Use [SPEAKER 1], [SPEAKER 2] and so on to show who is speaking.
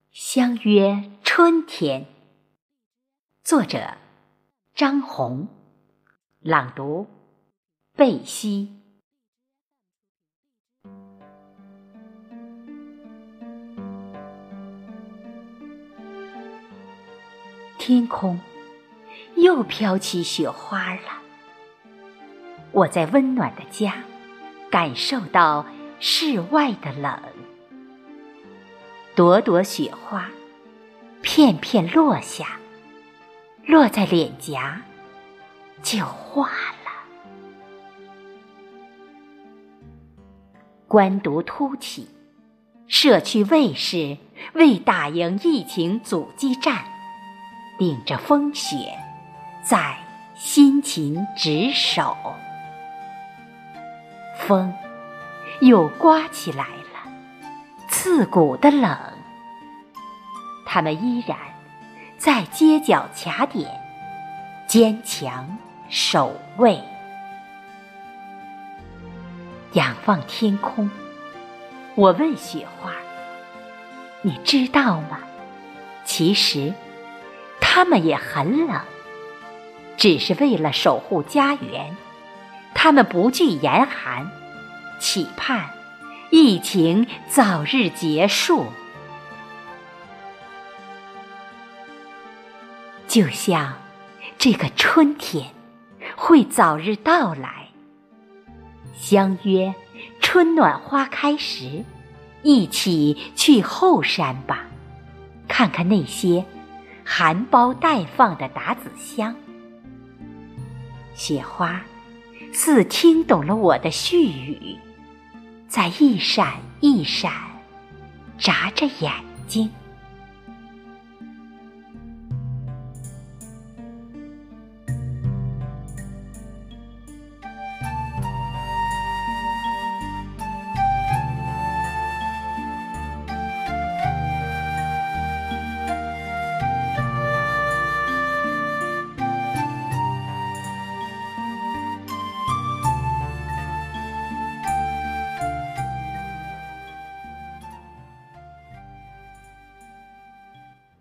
[SPEAKER 1] 相约春天，作者张红，朗读贝西。天空又飘起雪花了，我在温暖的家感受到室外的冷。朵朵雪花片片落下，落在脸颊就化了。官毒突起，社区卫士为打赢疫情阻击战，顶着风雪在辛勤值守。风又刮起来了，刺骨的冷。他们依然在街角卡点坚强守卫。仰望天空，我问雪花，你知道吗？其实他们也很冷，只是为了守护家园，他们不惧严寒，期盼疫情早日结束。就像这个春天会早日到来，相约春暖花开时，一起去后山吧，看看那些含苞待放的达子香。雪花似听懂了我的絮语，在一闪一闪眨着眼睛。